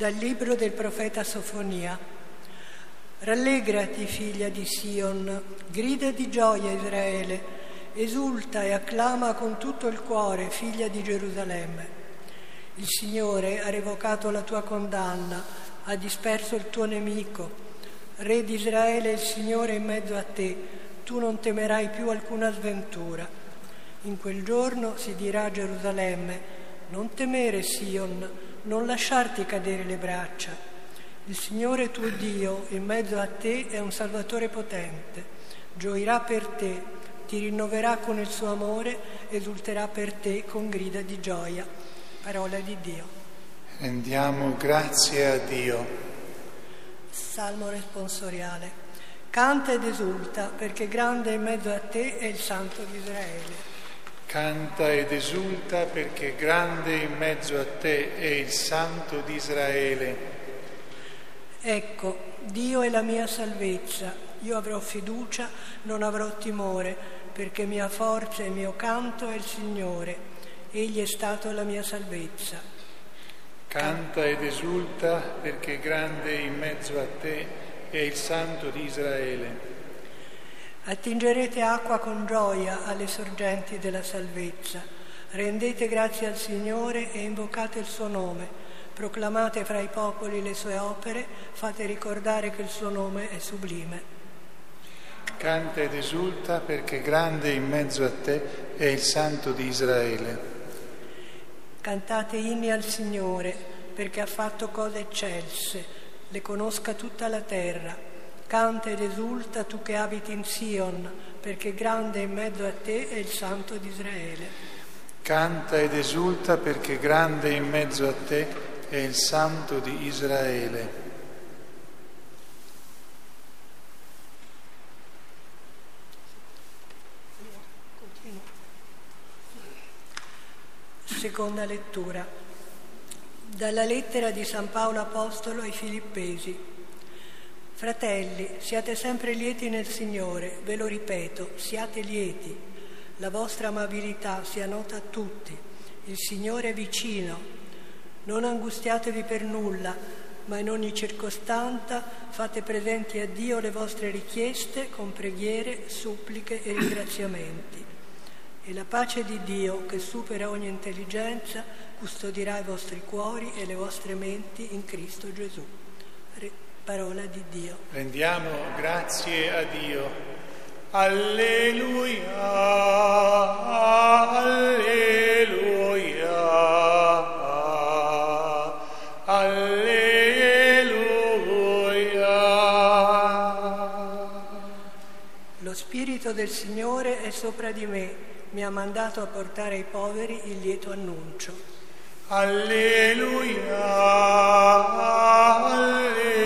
Dal libro del profeta Sofonia. Rallegrati, figlia di Sion, grida di gioia, Israele, esulta e acclama con tutto il cuore, figlia di Gerusalemme. Il Signore ha revocato la tua condanna, ha disperso il tuo nemico. Re di Israele, il Signore è in mezzo a te, tu non temerai più alcuna sventura. In quel giorno si dirà a Gerusalemme: non temere, Sion, non lasciarti cadere le braccia. Il Signore tuo Dio in mezzo a te è un Salvatore potente. Gioirà per te, ti rinnoverà con il suo amore, esulterà per te con grida di gioia. Parola di Dio. Rendiamo grazie a Dio. Salmo responsoriale. Canta ed esulta, perché grande in mezzo a te è il Santo di Israele. Canta ed esulta, perché grande in mezzo a te è il Santo di Israele. Ecco, Dio è la mia salvezza, io avrò fiducia, non avrò timore, perché mia forza e mio canto è il Signore, Egli è stato la mia salvezza. Canta ed esulta, perché grande in mezzo a te è il Santo di Israele. Attingerete acqua con gioia alle sorgenti della salvezza. Rendete grazie al Signore e invocate il suo nome. Proclamate fra i popoli le sue opere, fate ricordare che il suo nome è sublime. Canta ed esulta, perché grande in mezzo a te è il Santo di Israele. Cantate inni al Signore, perché ha fatto cose eccelse, le conosca tutta la terra. Canta ed esulta tu che abiti in Sion, perché grande in mezzo a te è il Santo di Israele. Canta ed esulta, perché grande in mezzo a te è il Santo di Israele. Seconda lettura. Dalla lettera di San Paolo Apostolo ai Filippesi. Fratelli, siate sempre lieti nel Signore, ve lo ripeto, siate lieti. La vostra amabilità sia nota a tutti. Il Signore è vicino. Non angustiatevi per nulla, ma in ogni circostanza fate presenti a Dio le vostre richieste con preghiere, suppliche e ringraziamenti. E la pace di Dio, che supera ogni intelligenza, custodirà i vostri cuori e le vostre menti in Cristo Gesù. Parola di Dio. Rendiamo grazie a Dio. Alleluia, alleluia, alleluia. Lo Spirito del Signore è sopra di me, mi ha mandato a portare ai poveri il lieto annuncio. Alleluia, alleluia.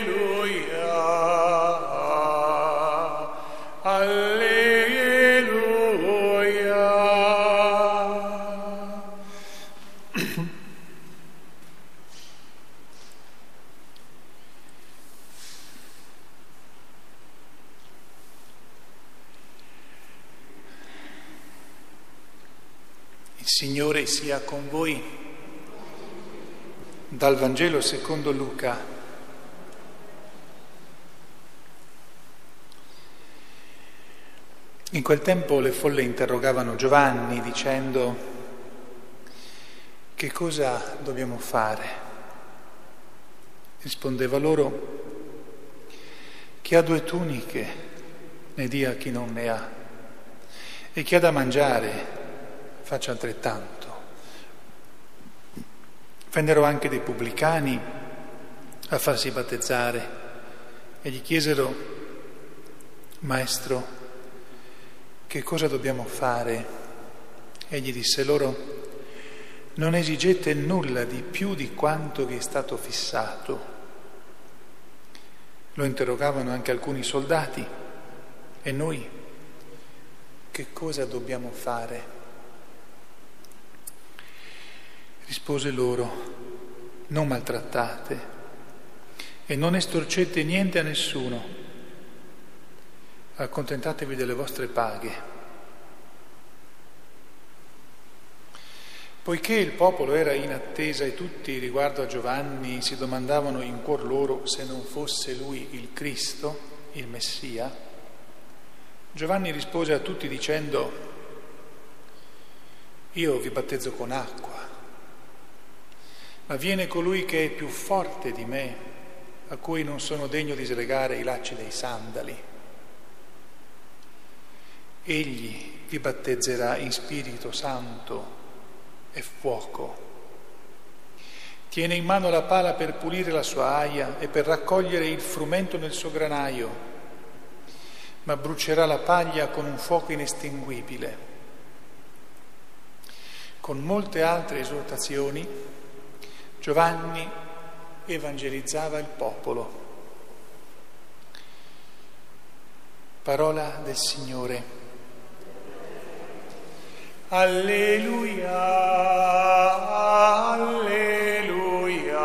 Il Signore sia con voi. Dal Vangelo secondo Luca. In quel tempo le folle interrogavano Giovanni dicendo: che cosa dobbiamo fare? Rispondeva loro: chi ha 2 tuniche ne dia a chi non ne ha, e chi ha da mangiare faccia altrettanto. Vennero anche dei pubblicani a farsi battezzare e gli chiesero: Maestro, che cosa dobbiamo fare? Egli disse loro: non esigete nulla di più di quanto vi è stato fissato. Lo interrogavano anche alcuni soldati: e noi che cosa dobbiamo fare? Rispose loro: non maltrattate e non estorcete niente a nessuno, accontentatevi delle vostre paghe. Poiché il popolo era in attesa e tutti riguardo a Giovanni si domandavano in cuor loro se non fosse lui il Cristo, il Messia, Giovanni rispose a tutti dicendo: io vi battezzo con acqua, ma viene colui che è più forte di me, a cui non sono degno di slegare i lacci dei sandali. Egli vi battezzerà in Spirito Santo e fuoco. Tiene in mano la pala per pulire la sua aia e per raccogliere il frumento nel suo granaio, ma brucerà la paglia con un fuoco inestinguibile. Con molte altre esortazioni Giovanni evangelizzava il popolo. Parola del Signore. Alleluia, alleluia,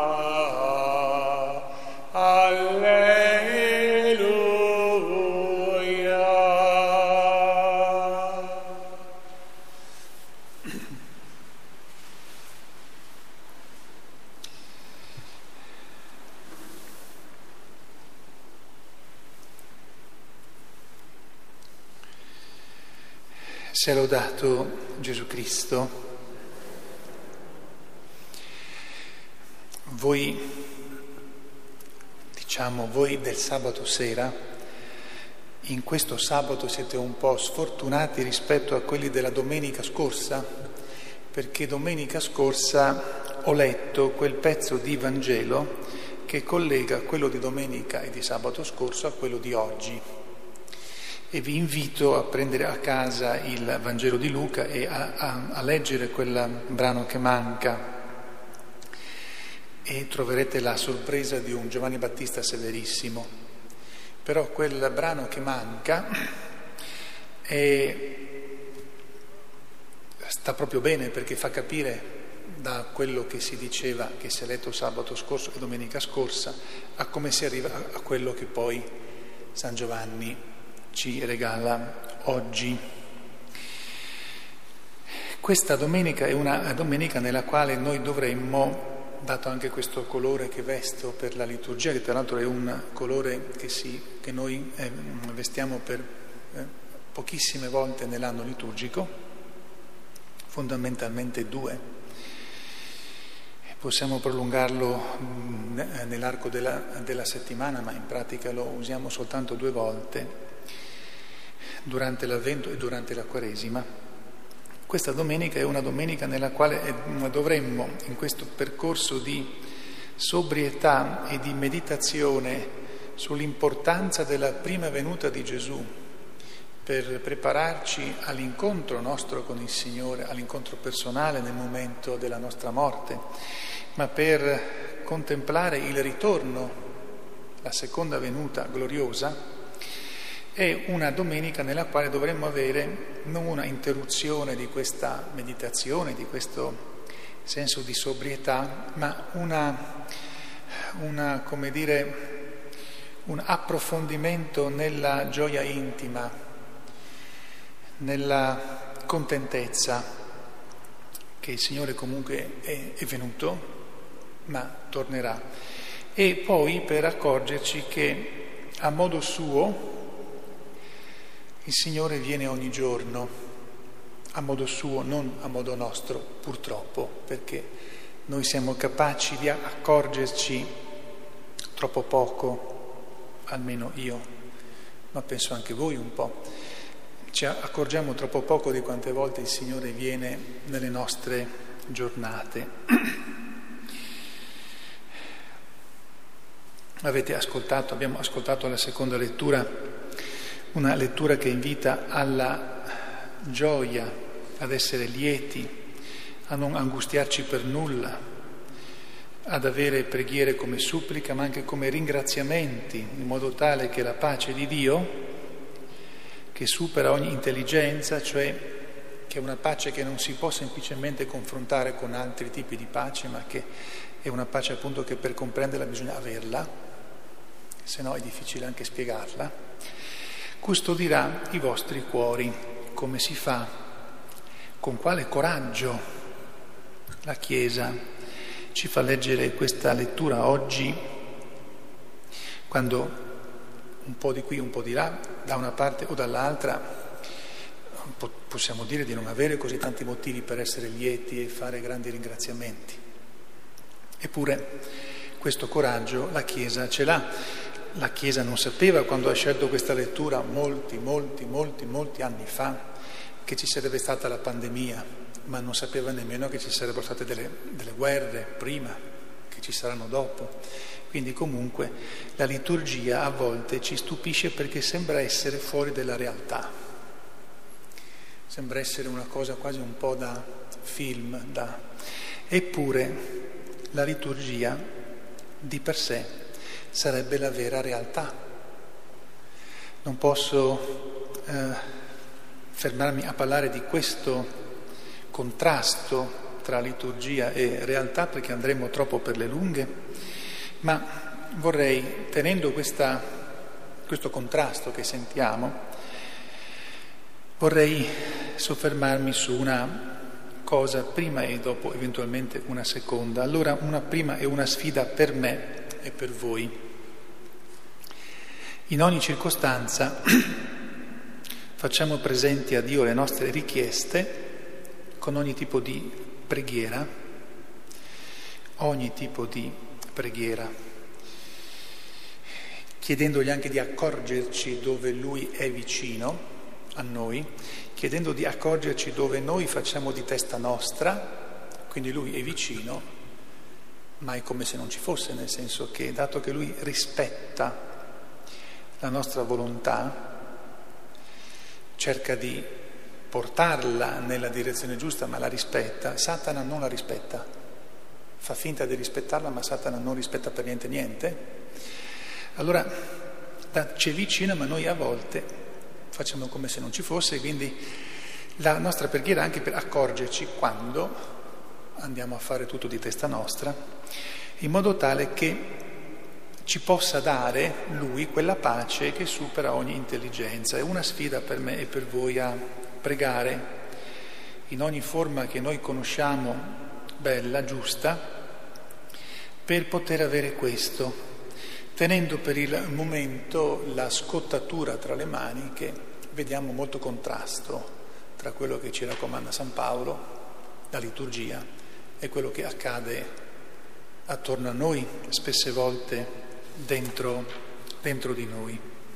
alleluia. Sia lodato Gesù Cristo. Voi del sabato sera, in questo sabato siete un po' sfortunati rispetto a quelli della domenica scorsa, perché domenica scorsa ho letto quel pezzo di Vangelo che collega quello di domenica e di sabato scorso a quello di oggi. E vi invito a prendere a casa il Vangelo di Luca e a leggere quel brano che manca, e troverete la sorpresa di un Giovanni Battista severissimo. Però quel brano che manca sta proprio bene, perché fa capire da quello che si diceva, che si è letto sabato scorso e domenica scorsa, a come si arriva a quello che poi San Giovanni ci regala oggi. Questa domenica è una domenica nella quale noi dovremmo, dato anche questo colore che vesto per la liturgia, che tra l'altro è un colore che noi vestiamo per pochissime volte nell'anno liturgico, fondamentalmente 2. Possiamo prolungarlo nell'arco della settimana, ma in pratica lo usiamo soltanto 2 volte, durante l'Avvento e durante la Quaresima. Questa domenica è una domenica nella quale dovremmo, in questo percorso di sobrietà e di meditazione sull'importanza della prima venuta di Gesù, per prepararci all'incontro nostro con il Signore, all'incontro personale nel momento della nostra morte, ma per contemplare il ritorno, la seconda venuta gloriosa, è una domenica nella quale dovremmo avere non una interruzione di questa meditazione, di questo senso di sobrietà, ma un approfondimento nella gioia intima, nella contentezza che il Signore comunque è venuto, ma tornerà. E poi per accorgerci che a modo suo il Signore viene ogni giorno, a modo suo, non a modo nostro, purtroppo, perché noi siamo capaci di accorgerci troppo poco, almeno io, ma penso anche voi un po'. Ci accorgiamo troppo poco di quante volte il Signore viene nelle nostre giornate. Abbiamo ascoltato la seconda lettura, una lettura che invita alla gioia, ad essere lieti, a non angustiarci per nulla, ad avere preghiere come supplica, ma anche come ringraziamenti, in modo tale che la pace di Dio, che supera ogni intelligenza, cioè che è una pace che non si può semplicemente confrontare con altri tipi di pace, ma che è una pace appunto che per comprenderla bisogna averla, se no è difficile anche spiegarla, custodirà i vostri cuori. Come si fa? Con quale coraggio? La Chiesa ci fa leggere questa lettura oggi, quando un po' di qui, un po' di là, da una parte o dall'altra, possiamo dire di non avere così tanti motivi per essere lieti e fare grandi ringraziamenti. Eppure questo coraggio la Chiesa ce l'ha. La Chiesa non sapeva, quando ha scelto questa lettura molti anni fa, che ci sarebbe stata la pandemia, ma non sapeva nemmeno che ci sarebbero state delle guerre prima, che ci saranno dopo. Quindi comunque la liturgia a volte ci stupisce perché sembra essere fuori della realtà, sembra essere una cosa quasi un po' da film, eppure la liturgia di per sé sarebbe la vera realtà. Non posso fermarmi a parlare di questo contrasto tra liturgia e realtà perché andremo troppo per le lunghe, ma vorrei, tenendo questo contrasto che sentiamo, vorrei soffermarmi su una cosa prima e dopo eventualmente una seconda. Allora, una prima è una sfida per me e per voi. In ogni circostanza facciamo presenti a Dio le nostre richieste con ogni tipo di preghiera, chiedendogli anche di accorgerci dove Lui è vicino a noi, chiedendo di accorgerci dove noi facciamo di testa nostra, quindi Lui è vicino, ma è come se non ci fosse, nel senso che, dato che Lui rispetta la nostra volontà, cerca di portarla nella direzione giusta, ma la rispetta, Satana non la rispetta, fa finta di rispettarla, ma Satana non rispetta per niente. Allora ci è vicino, ma noi a volte facciamo come se non ci fosse, quindi la nostra preghiera è anche per accorgerci quando andiamo a fare tutto di testa nostra, in modo tale che ci possa dare Lui quella pace che supera ogni intelligenza. È una sfida per me e per voi a pregare in ogni forma che noi conosciamo, bella, giusta, per poter avere questo, tenendo per il momento la scottatura tra le mani, che vediamo molto contrasto tra quello che ci raccomanda San Paolo, la liturgia, e quello che accade attorno a noi, spesse volte dentro di noi.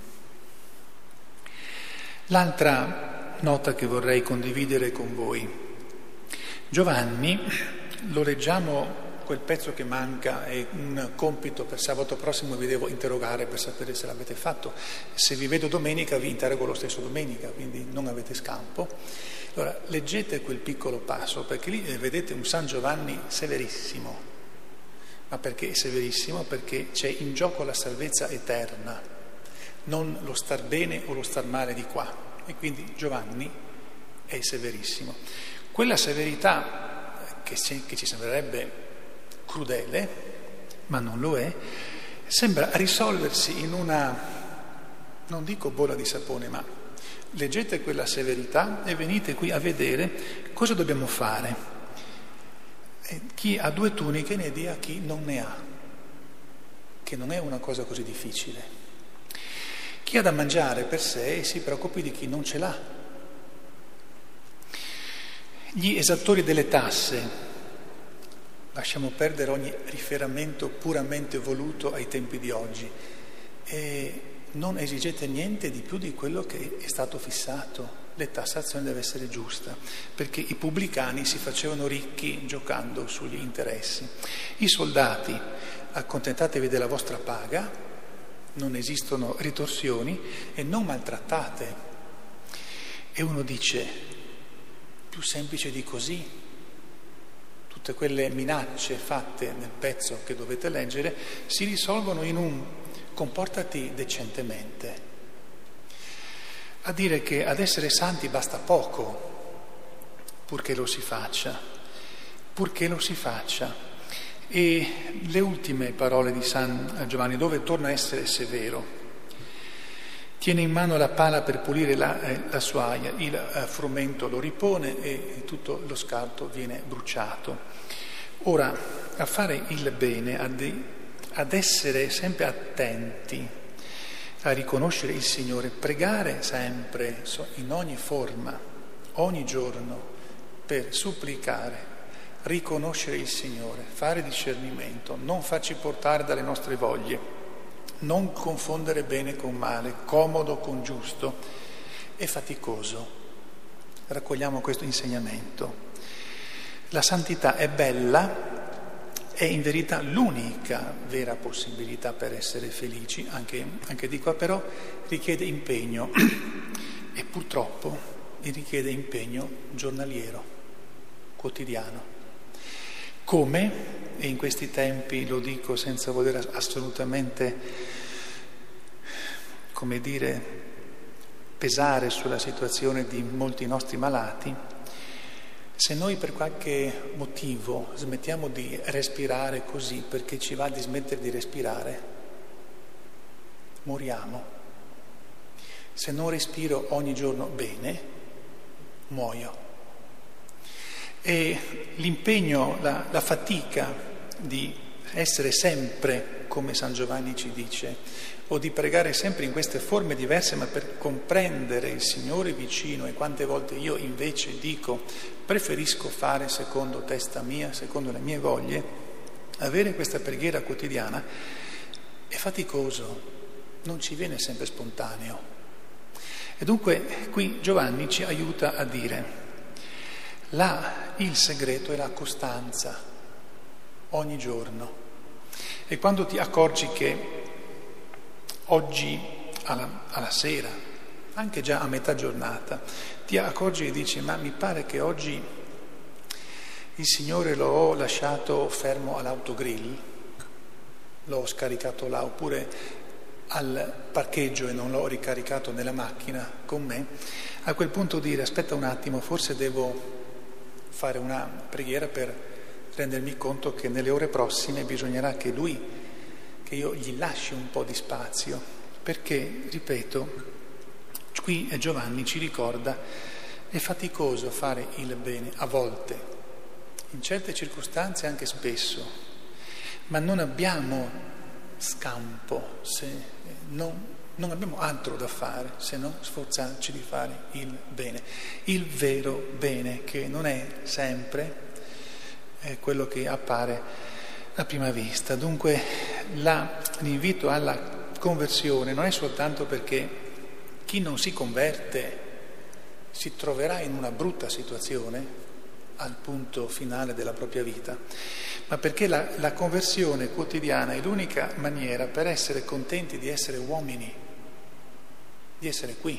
L'altra nota che vorrei condividere con voi. Giovanni, lo leggiamo, quel pezzo che manca, è un compito per sabato prossimo, vi devo interrogare per sapere se l'avete fatto. Se vi vedo domenica vi interrogo lo stesso domenica, quindi non avete scampo. Allora, leggete quel piccolo passo, perché lì vedete un San Giovanni severissimo. Ma perché è severissimo? Perché c'è in gioco la salvezza eterna, non lo star bene o lo star male di qua. E quindi Giovanni è severissimo. Quella severità che ci sembrerebbe crudele, ma non lo è, sembra risolversi in una, non dico bolla di sapone, ma leggete quella severità e venite qui a vedere cosa dobbiamo fare. Chi ha 2 tuniche ne dia a chi non ne ha, che non è una cosa così difficile. Chi ha da mangiare per sé si preoccupi di chi non ce l'ha. Gli esattori delle tasse, lasciamo perdere ogni riferimento puramente voluto ai tempi di oggi, e non esigete niente di più di quello che è stato fissato. La tassazione deve essere giusta, perché i pubblicani si facevano ricchi giocando sugli interessi. I soldati, accontentatevi della vostra paga, non esistono ritorsioni e non maltrattate. E uno dice, più semplice di così, tutte quelle minacce fatte nel pezzo che dovete leggere si risolvono in un comportati decentemente. A dire che ad essere santi basta poco, purché lo si faccia. E le ultime parole di San Giovanni, dove torna a essere severo. Tiene in mano la pala per pulire la suaia, il frumento lo ripone e tutto lo scarto viene bruciato. Ora, a fare il bene, ad essere sempre attenti, a riconoscere il Signore, pregare sempre, in ogni forma, ogni giorno, per supplicare, riconoscere il Signore, fare discernimento, non farci portare dalle nostre voglie, non confondere bene con male, comodo con giusto, è faticoso. Raccogliamo questo insegnamento. La santità è bella, è in verità l'unica vera possibilità per essere felici, anche di qua però richiede impegno e purtroppo richiede impegno giornaliero, quotidiano. Come? E in questi tempi lo dico senza voler assolutamente, pesare sulla situazione di molti nostri malati, se noi per qualche motivo smettiamo di respirare così perché ci va di smettere di respirare, moriamo. Se non respiro ogni giorno bene, muoio. E l'impegno, la fatica di essere sempre, come San Giovanni ci dice, o di pregare sempre in queste forme diverse, ma per comprendere il Signore vicino, e quante volte io invece dico preferisco fare secondo testa mia, secondo le mie voglie, avere questa preghiera quotidiana è faticoso, non ci viene sempre spontaneo. E dunque qui Giovanni ci aiuta a dire: il segreto è la costanza, ogni giorno. E quando ti accorgi che oggi alla sera, anche già a metà giornata, ti accorgi e dici: ma mi pare che oggi il Signore l'ho lasciato fermo all'autogrill, l'ho scaricato là, oppure al parcheggio e non l'ho ricaricato nella macchina con me, a quel punto dire: aspetta un attimo, forse devo fare una preghiera per rendermi conto che nelle ore prossime bisognerà che io gli lasci un po' di spazio, perché, ripeto, qui Giovanni ci ricorda, è faticoso fare il bene a volte, in certe circostanze anche spesso, ma non abbiamo scampo, non abbiamo altro da fare se non sforzarci di fare il bene, il vero bene, che non è sempre quello che appare a prima vista. Dunque l'invito alla conversione non è soltanto perché chi non si converte si troverà in una brutta situazione al punto finale della propria vita, ma perché la conversione quotidiana è l'unica maniera per essere contenti di essere uomini, di essere qui,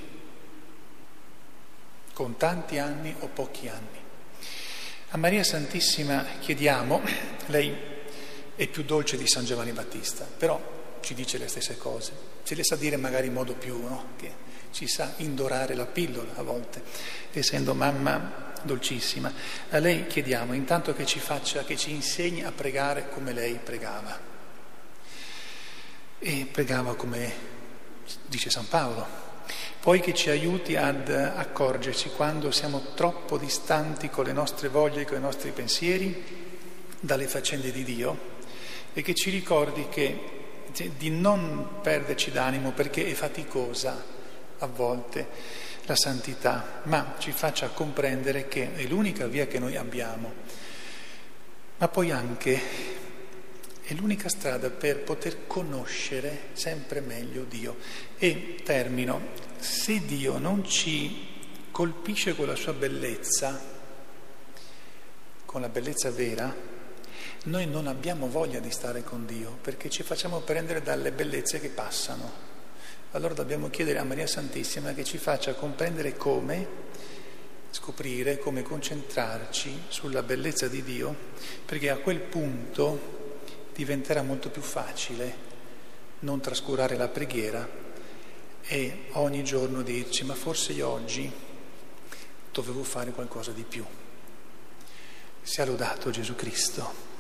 con tanti anni o pochi anni. A Maria Santissima chiediamo, lei è più dolce di San Giovanni Battista, però ci dice le stesse cose, ce le sa dire magari in modo più, che ci sa indorare la pillola a volte, essendo mamma dolcissima. A lei chiediamo intanto che ci insegni a pregare come lei pregava. E pregava come dice San Paolo. Poi che ci aiuti ad accorgerci quando siamo troppo distanti con le nostre voglie, con i nostri pensieri, dalle faccende di Dio, e che ci ricordi di non perderci d'animo perché è faticosa a volte la santità, ma ci faccia comprendere che è l'unica via che noi abbiamo, ma poi anche è l'unica strada per poter conoscere sempre meglio Dio. E termino, se Dio non ci colpisce con la sua bellezza, con la bellezza vera, noi non abbiamo voglia di stare con Dio, perché ci facciamo prendere dalle bellezze che passano. Allora dobbiamo chiedere a Maria Santissima che ci faccia comprendere come scoprire, come concentrarci sulla bellezza di Dio, perché a quel punto diventerà molto più facile non trascurare la preghiera e ogni giorno dirci: ma forse io oggi dovevo fare qualcosa di più. Sia lodato Gesù Cristo.